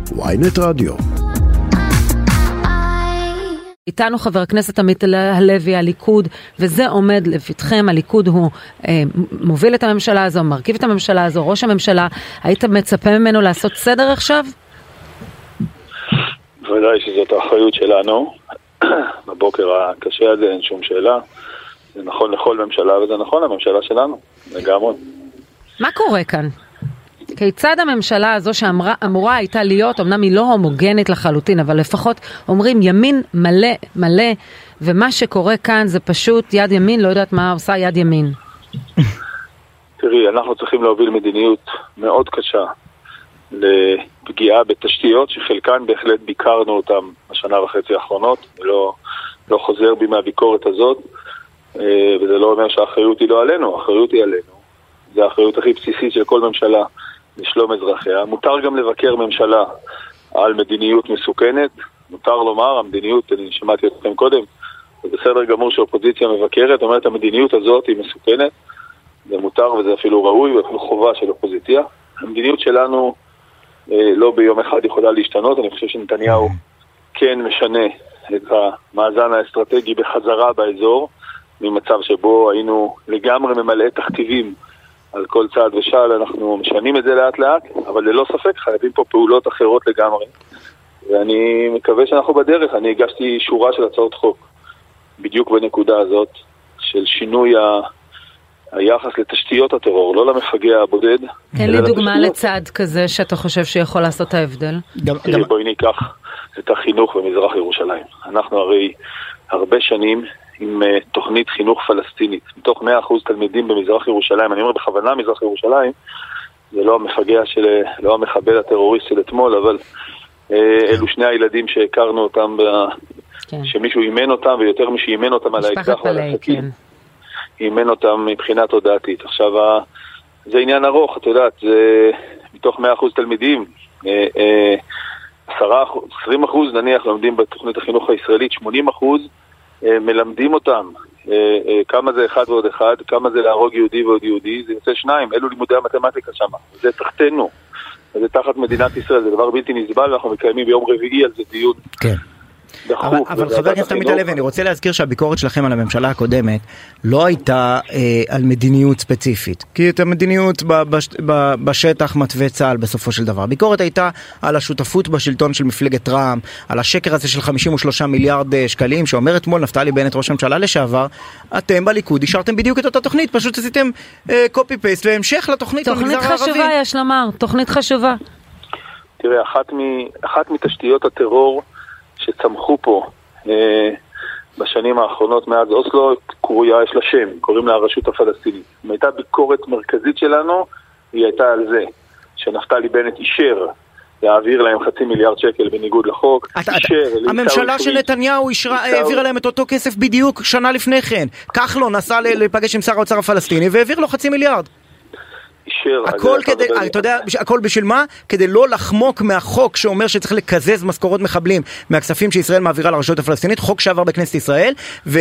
ynet רדיו. איתנו חבר הכנסת עמית הלוי, הליכוד, וזה עומד לפתחם. הליכוד הוא מוביל את הממשלה הזו, מרכיב את הממשלה הזו, ראש הממשלה. היית מצפה ממנו לעשות סדר עכשיו? בוודאי שזאת האחריות שלנו. בבוקר הקשה הזה אין שום שאלה. זה נכון לכל ממשלה, וזה נכון לממשלה שלנו. לגמרי. מה קורה כאן? כיצד הממשלה הזו שאמורה הייתה להיות, אמנם היא לא הומוגנית לחלוטין, אבל לפחות אומרים ימין מלא מלא, ומה שקורה כאן זה פשוט יד ימין, לא יודעת מה עושה יד ימין. תראי, אנחנו צריכים להוביל מדיניות מאוד קשה לפגיעה בתשתיות, שחלקן בהחלט ביקרנו אותן בשנה וחצי האחרונות, לא חוזר בי מהביקורת הזאת, וזה לא אומר שהאחריות היא לא עלינו, האחריות היא עלינו. זה האחריות הכי בסיסית של כל ממשלה לשלום אזרחיה. מותר גם לבקר ממשלה על מדיניות מסוכנת. מותר לומר, המדיניות, אני שמעתי אתכם קודם, זה בסדר גמור שהאופוזיציה מבקרת, אומרת המדיניות הזאת היא מסוכנת. זה מותר וזה אפילו ראוי ואפילו חובה של אופוזיציה. המדיניות שלנו לא ביום אחד יכולה להשתנות. אני חושב שנתניהו כן משנה את המאזן האסטרטגי בחזרה באזור, ממצב שבו היינו לגמרי ממלאי תכתיבים על כל צעד ושעל. אנחנו משנים את זה לאט לאט, אבל ללא ספק חייבים פה פעולות אחרות לגמרי, ואני מקווה שאנחנו בדרך. אני הגשתי שורה של הצעות חוק בדיוק בנקודה הזאת של שינוי היחס לתשתיות הטרור, לא למפגע הבודד. תן לי דוגמה לצעד כזה שאתה חושב שיכול לעשות את ההבדל. בואי ניקח את החינוך במזרח ירושלים. אנחנו הרי הרבה שנים עם תוכנית חינוך פלסטינית. מתוך 100% תלמידים במזרח ירושלים, אני אומר בכוונה מזרח ירושלים, זה לא המפגע לא המחבל הטרוריסט של אתמול, אבל אלו שני הילדים שהכרנו אותם, שמישהו אימן אותם, ויותר משהו אימן אותם על האקדח ועל הסכין. אימן אותם מבחינה תודעתית. עכשיו, זה עניין ארוך, את יודעת, זה מתוך 100% תלמידים, 20% נניח לומדים בתוכנית החינוך הישראלית, 80% מלמדים אותם כמה זה אחד ועוד אחד, כמה זה להרוג יהודי ועוד יהודי, זה יוצא 2, אלו לימודי המתמטיקה שם, זה תחתנו, זה תחת מדינת ישראל, זה דבר בלתי נסבל, אנחנו מקיימים ביום רביעי על זה דיון. כן. אבל חבר הכנסת עמית הלוי, אני רוצה להזכיר שהביקורת שלכם על הממשלה הקודמת לא הייתה על מדיניות ספציפית, כי את המדיניות בשטח מתווה צה"ל בסופו של דבר. הביקורת הייתה על השותפות בשלטון של מפלגת רע"מ, על השקר הזה של 53 מיליארד שקלים, שאומר אתמול נפתלי בנט ראש הממשלה לשעבר. אתם בליכוד השארתם בדיוק את אותה תוכנית, פשוט עשיתם קופי פייסט והמשך לתוכנית במגזר הערבי. תוכנית חשובה, יש לומר, תוכנית חשובה. תראה, אחת מתשתיות הטרור שצמחו פה בשנים האחרונות מאז אוסלו, יש לה שם, קוראים לה הרשות הפלסטינית. אם הייתה ביקורת מרכזית שלנו, היא הייתה על זה, שנפתלי בנט אישר להעביר להם 500 מיליארד שקל בניגוד לחוק. הממשלה של נתניהו העבירה להם את אותו כסף בדיוק שנה לפני כן. כחלון נסע לפגש עם שר האוצר הפלסטיני והעביר לו 500 מיליארד. הכל כדי, אתה יודע, הכל בשביל מה? כדי לא לחמוק מהחוק שאומר שצריך לקזז משכורות מחבלים מהכספים שישראל מעבירה לרשות הפלסטינית, חוק שעבר בכנסת ישראל,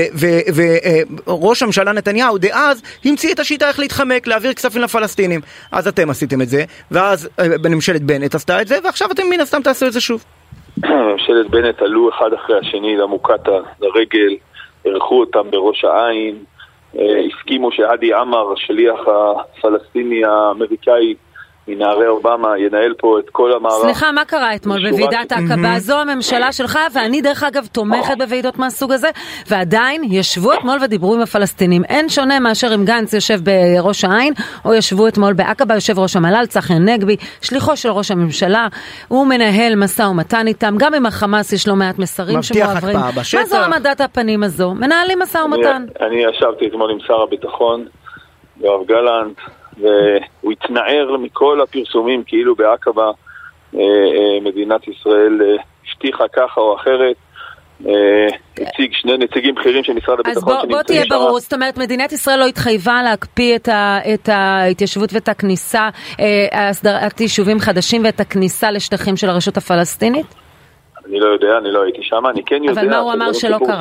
וראש הממשלה נתניהו דאז המציא את השיטה איך להתחמק, להעביר כספים לפלסטינים. אז אתם עשיתם את זה, ואז ממשלת בנט עשתה את זה, ועכשיו אתם מן הסתם תעשו את זה שוב. ממשלת בנט עלו אחד אחרי השני למוקטה, לרגל, ערכו אותם בראש העין, הסכימו שהדי עמר, השליח הפלסטיני האמריקאי מנערי אובמה, ינהל פה את כל המערך. סליחה, מה קרה אתמול בוועידת העקבה? זו הממשלה שלך, ואני דרך אגב תומכת בוועידות מהסוג הזה, ועדיין ישבו אתמול ודיברו עם הפלסטינים. אין שונה מאשר אם גנץ יושב בראש העין, או ישבו אתמול בעקבה, יושב ראש המל"ל, צחי הנגבי, שליחו של ראש הממשלה, הוא מנהל משא ומתן איתם, גם עם החמאס יש לו מעט מסרים שמועברים. מה זו עמדת הפנים הזו? מנהלים משא ומתן. אני ישבתי אתמול עם שר הביטחון, יואב גלנט, והוא התנער מכל הפרסומים כאילו בעקבה מדינת ישראל הבטיחה ככה או אחרת. הציג שני נציגים בכירים של משרד הביטחון. אז בוא תהיה ברור, זאת אומרת מדינת ישראל לא התחייבה להקפיא את ההתיישבות ואת הכניסה, הסדרת יישובים חדשים ואת הכניסה לשטחים של הרשות הפלסטינית? אני לא יודע, אני לא הייתי שם, אני כן יודע. אבל מה הוא אמר שלא קרה?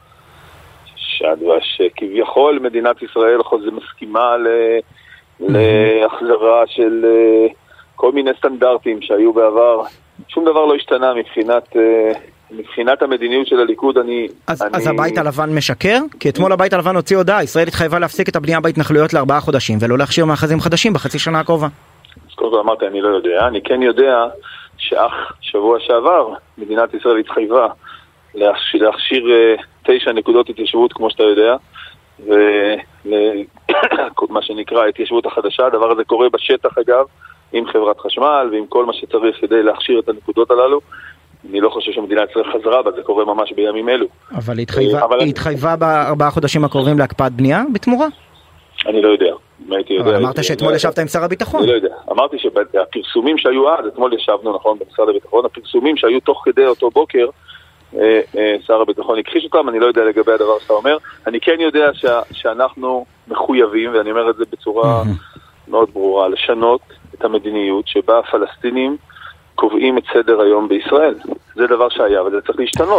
שכביכול מדינת ישראל חוזה מסכימה להחזרה של כל מיני סטנדרטים שהיו בעבר שום דבר לא השתנה מבחינת המדיניות של הליכוד. אז הבית הלבן משקר? כי אתמול הבית הלבן הוציא הודעה, ישראל התחייבה להפסיק את הבנייה בהתנחלויות ל4 חודשים, ולא להכשיר מאחזים חדשים בחצי שנה הקרובה. אז קודם כל אמרתי, אני לא יודע. אני כן יודע שבוע שעבר מדינת ישראל התחייבה להכשיר 9 נקודות התיישבות, כמו שאתה יודע, ומה שנקרא התיישבות החדשה. הדבר הזה קורה בשטח אגב, עם חברת חשמל ועם כל מה שצריך כדי להכשיר את הנקודות הללו. אני לא חושב שמדינת ישראל חזרה בה, זה קורה ממש בימים אלו. אבל היא התחייבה ב4 חודשים הקרובים להקפאת בנייה בתמורה? אני לא יודע. אבל אמרת שאתמול ישבת עם שר הביטחון. אני לא יודע. אמרתי שהפרסומים שהיו אז, אתמול ישבנו, נכון, במשרד הביטחון, הפרסומים שהיו תוך כדי אותו בוקר, שר הביטחון הכחיש אותם. אני לא יודע לגבי הדבר שאתה אומר. אני כן יודע שאנחנו מחויבים, ואני אומר את זה בצורה מאוד ברורה, לשנות את המדיניות שבה הפלסטינים קובעים את סדר היום בישראל. זה דבר שהיה, אבל זה צריך להשתנות.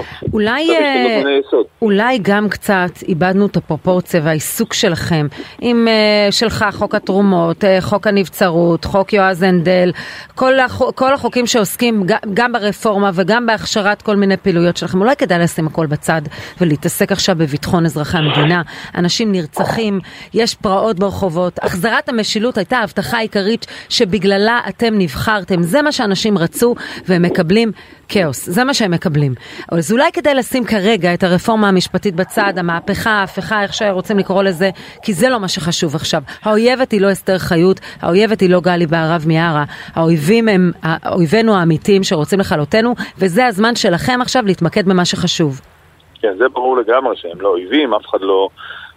אולי גם קצת איבדנו את הפרופורציה והעיסוק שלכם, עם שלך חוק התרומות, חוק הנבצרות, חוק יועז הנדל, כל החוקים שעוסקים גם ברפורמה וגם בהכשרת כל מיני פעילויות שלכם. אולי כדאי לשים הכל בצד ולהתעסק עכשיו בביטחון אזרחי המדינה. אנשים נרצחים, יש פרעות ברחובות. החזרת המשילות הייתה ההבטחה העיקרית שבגללה אתם נבחרתם. זה מה שאנשים רצו והם מקבלים כאוס. זה מה שהם מקבלים. אז אולי כדאי לשים כרגע את הרפורמה המשפטית בצד, המהפכה, ההפכה, איך שרוצים לקרוא לזה, כי זה לא מה שחשוב עכשיו. האויבת היא לא אסתר חיות, האויבת היא לא גלי בהרב מיארה. האויבים הם אויבינו האמיתיים שרוצים לחלוטנו, וזה הזמן שלכם עכשיו להתמקד במה שחשוב. כן, זה ברור לגמרי שהם לא אויבים, אף אחד לא...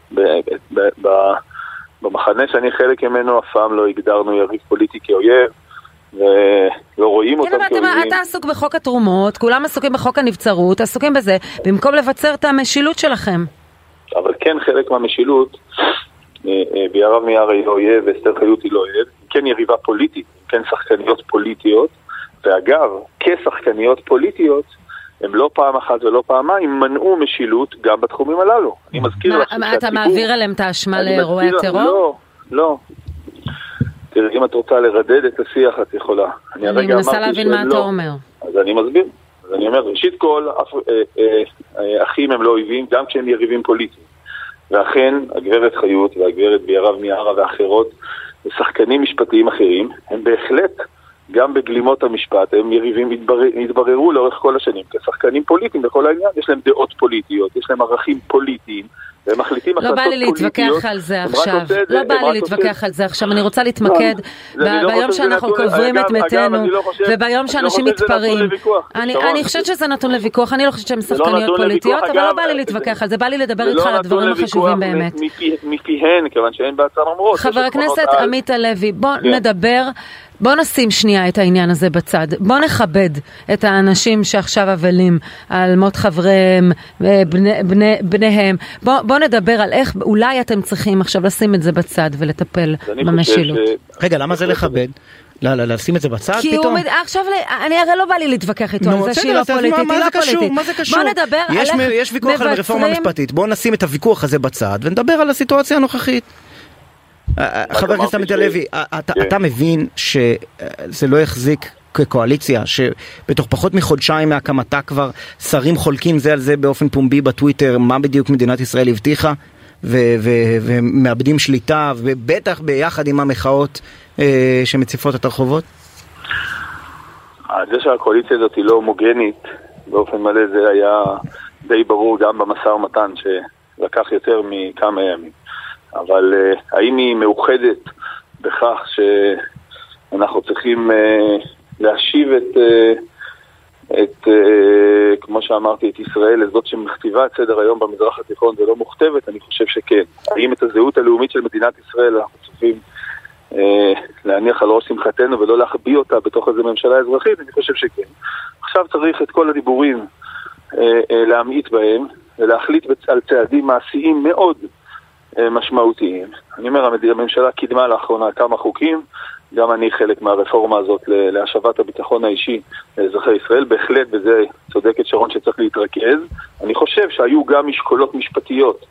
במחנה שאני חלק ממנו, אף פעם לא הגדרנו יריב פוליטי כאויב, ולא רואים אותם כאויבים. כן, אבל אתה עסוק בחוק התרומות, כולם עסוקים בחוק הנבצרות, עסוקים בזה, במקום לבצר את המשילות שלכם. אבל כן חלק מהמשילות, בהרב מיארה היא לא אויב, ואסתר חיות היא לא אויב, כן יריבה פוליטית, כן שחקניות פוליטיות, ואגב, כשחקניות פוליטיות, הם לא פעם אחת ולא פעמיים מנעו משילות גם בתחומים הללו. אני מזכיר לך שהציבור... אתה מעביר עליהם את האשמה לאירועי הטרור? לא. תראי, אם את רוצה לרדד את השיח, את יכולה. אני מנסה להבין מה אתה אומר. אז אני מסביר. אז אני אומר, ראשית כל, אחים הם לא אויבים, גם כשהם יריבים פוליטיים. ואכן, הגברת חיות והגברת בהרב מיארה ואחרות, ושחקנים משפטיים אחרים, הם בהחלט, גם בגלימות המשפט, הם יריבים התבררו לאורך כל השנים, כשחקנים פוליטיים בכל העניין, יש להם דעות פוליטיות, יש להם ערכים פוליטיים, והם מחליטים החלטות פוליטיות. לא בא לי להתווכח על זה עכשיו, לא בא לי להתווכח על זה עכשיו, אני רוצה להתמקד ביום שאנחנו קוברים את מתנו, וביום שאנשים מתפרעים. אני חושבת שזה נתון לוויכוח, אני לא חושבת שהם שחקניות פוליטיות, אבל לא בא לי להתווכח על זה, בא לי לדבר איתך על הדברים החשובים באמת. מפיהן, כיוון שאין בעצם אומרות. חבר הכנסת עמית הלוי, בוא נדבר, בוא נשים שנייה את העניין הזה בצד. בוא נכבד את האנשים שעכשיו אבלים על מות חבריהם, בניהם. בוא נדבר על איך אולי אתם צריכים עכשיו לשים את זה בצד ולטפל במשילות. רגע, למה זה לכבד? לא, לשים את זה בצד פתאום? כי עכשיו, אני הרי לא בא לי להתווכח איתו על זה שהיא לא פוליטית, מה זה קשור? מה זה קשור? בוא נדבר על איך מבצרים... יש ויכוח על הרפורמה משפטית, בוא נשים את הוויכוח הזה בצד ונדבר על הסיטואציה הנוכחית. חבר הכנסת עמית הלוי, אתה מבין שזה לא יחזיק כקואליציה, שבתוך פחות מחודשיים מהקמתה כבר שרים חולקים זה על זה באופן פומבי בטוויטר, מה בדיוק מדינת ישראל הבטיחה, ומאבדים שליטה, ובטח ביחד עם המחאות שמציפות את הרחובות? זה שהקואליציה הזאת היא לא הומוגנית באופן מלא, זה היה די ברור גם במשא ומתן שלקח יותר מכמה ימים. אבל האם היא מאוחדת בכך שאנחנו צריכים להשיב כמו שאמרתי, את ישראל לזאת שמכתיבה את סדר היום במזרח התיכון ולא מוכתבת? אני חושב שכן. האם את הזהות הלאומית של מדינת ישראל אנחנו צריכים להניח על ראש שמחתנו ולא להחביא אותה בתוך איזו ממשלה אזרחית? אני חושב שכן. עכשיו צריך את כל הדיבורים להמעיט בהם ולהחליט על צעדים מעשיים מאוד משמעותיים. אני אומר, הממשלה קידמה לאחרונה כמה חוקים, גם אני חלק מהרפורמה הזאת להשבת הביטחון האישי לאזרחי ישראל, בהחלט בזה צודקת שרון שצריך להתרכז. אני חושב שהיו גם משקולות משפטיות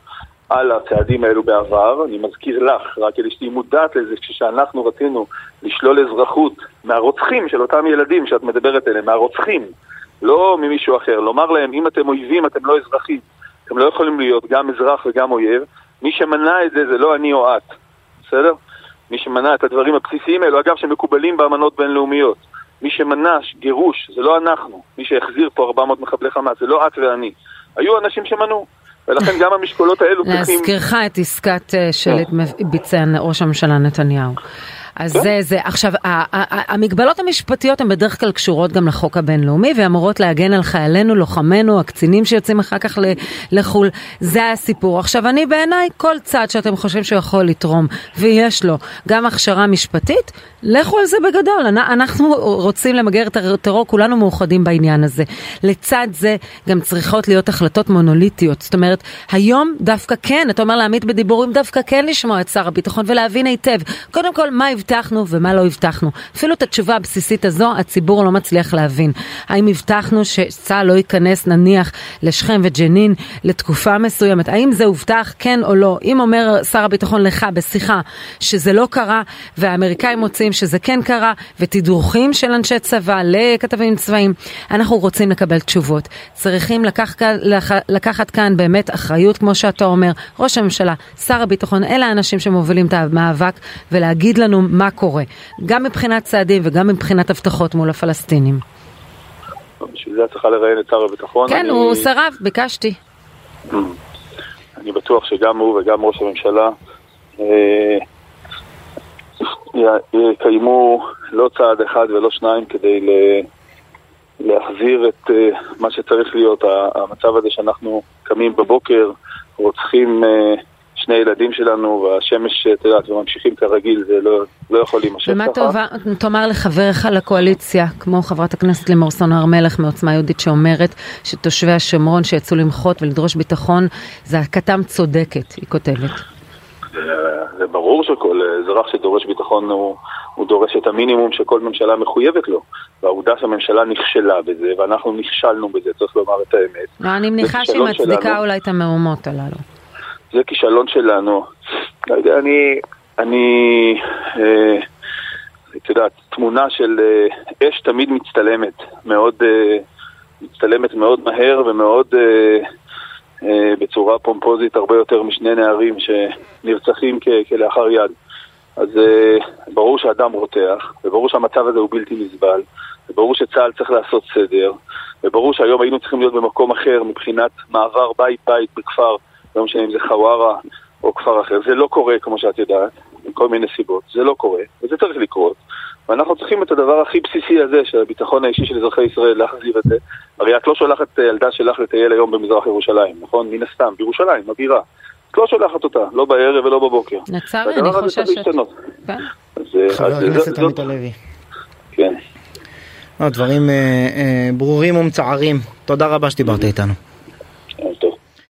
על הצעדים האלו בעבר. אני מזכיר לך, רק כדי שתהי מודעת לזה, כשאנחנו רצינו לשלול אזרחות מהרוצחים של אותם ילדים שאת מדברת אליהם, מהרוצחים, לא ממישהו אחר, לומר להם, אם אתם אויבים, אתם לא אזרחים, אתם לא יכולים להיות גם אזרח וגם אויב. מי שמנע את זה, זה לא אני או את, בסדר? מי שמנע את הדברים הבסיסיים האלו, אגב, שמקובלים באמנות בינלאומיות. מי שמנע גירוש, זה לא אנחנו. מי שהחזיר פה 400 מחבלי חמאס, זה לא את ואני. היו אנשים שמנעו. ולכן גם המשקולות האלו צריכים... להזכירך את עסקת שלט ביצע ראש הממשלה נתניהו. אז זה, עכשיו, המגבלות המשפטיות הן בדרך כלל קשורות גם לחוק הבינלאומי, ואמורות להגן על חיילינו, לוחמינו, הקצינים שיוצאים אחר כך לחול. זה הסיפור. עכשיו, אני בעיניי, כל צעד שאתם חושבים שהוא יכול לתרום, ויש לו גם הכשרה משפטית, לכו על זה בגדול. אנחנו רוצים למגר את הטרור, כולנו מאוחדים בעניין הזה. לצד זה גם צריכות להיות החלטות מונוליטיות. זאת אומרת, היום דווקא כן, אתה אומר להעמיד בדיבורים, דווקא כן לשמוע את שר הביטחון ולהבין היטב. קודם כל, מה הבטחנו ומה לא הבטחנו. אפילו את התשובה הבסיסית הזו, הציבור לא מצליח להבין. האם הבטחנו שצה"ל לא ייכנס נניח לשכם וג'נין לתקופה מסוימת? האם זה הובטח כן או לא? אם אומר שר הביטחון לך בשיחה שזה לא קרה, והאמריקאים מוצאים שזה כן קרה, ותדרוכים של אנשי צבא לכתבים צבאיים, אנחנו רוצים לקבל תשובות. צריכים לקחת כאן באמת אחריות, כמו שאתה אומר, ראש הממשלה, שר הביטחון, אלה האנשים שמובילים את המאבק, ולהגיד לנו מה קורה, גם מבחינת צעדים וגם מבחינת הבטחות מול הפלסטינים. בשביל זה צריכה לראיין את שר הביטחון. כן, הוא שרב, ביקשתי. אני בטוח שגם הוא וגם ראש הממשלה יקיימו לא צעד אחד ולא שניים כדי להחזיר את מה שצריך להיות. המצב הזה שאנחנו קמים בבוקר, רוצחים שני ילדים שלנו, והשמש תדעת וממשיכים כרגיל, זה לא יכול להימשך ככה. ומה תאמר לחברך לקואליציה, כמו חברת הכנסת לימור סון הר מלך מעוצמה יהודית, שאומרת שתושבי השומרון שיצאו למחות ולדרוש ביטחון, זעקתם צודקת, היא כותבת. זה ברור שכל אזרח שדורש ביטחון הוא דורש את המינימום שכל ממשלה מחויבת לו. והעובדה שהממשלה נכשלה בזה, ואנחנו נכשלנו בזה, צריך לומר את האמת. לא, אני מניחה שהיא מצדיקה אולי את המהומות הללו. זה כישלון שלנו. לא יודע, אתה יודע, תמונה של אש תמיד מצטלמת מאוד מהר ומאוד בצורה פומפוזית הרבה יותר משני נערים שנרצחים כלאחר יד. אז ברור שאדם רותח, וברור שהמצב הזה הוא בלתי נסבל, וברור שצה"ל צריך לעשות סדר, וברור שהיום היינו צריכים להיות במקום אחר מבחינת מעבר בית בכפר, לא משנה אם זה חווארה או כפר אחר. זה לא קורה כמו שאת יודעת, עם כל מיני סיבות. זה לא קורה, וזה צריך לקרות. ואנחנו צריכים את הדבר הכי בסיסי הזה, של הביטחון האישי של אזרחי ישראל, להחזיר את זה. הרי את לא שולחת ילדה שלך לטייל היום במזרח ירושלים, נכון? מן הסתם, בירושלים, הבירה. את לא שולחת אותה, לא בערב ולא בבוקר. לצערי, אני חוששת. חבר הכנסת עמית הלוי. כן. דברים ברורים ומצערים. תודה רבה שדיברת איתנו.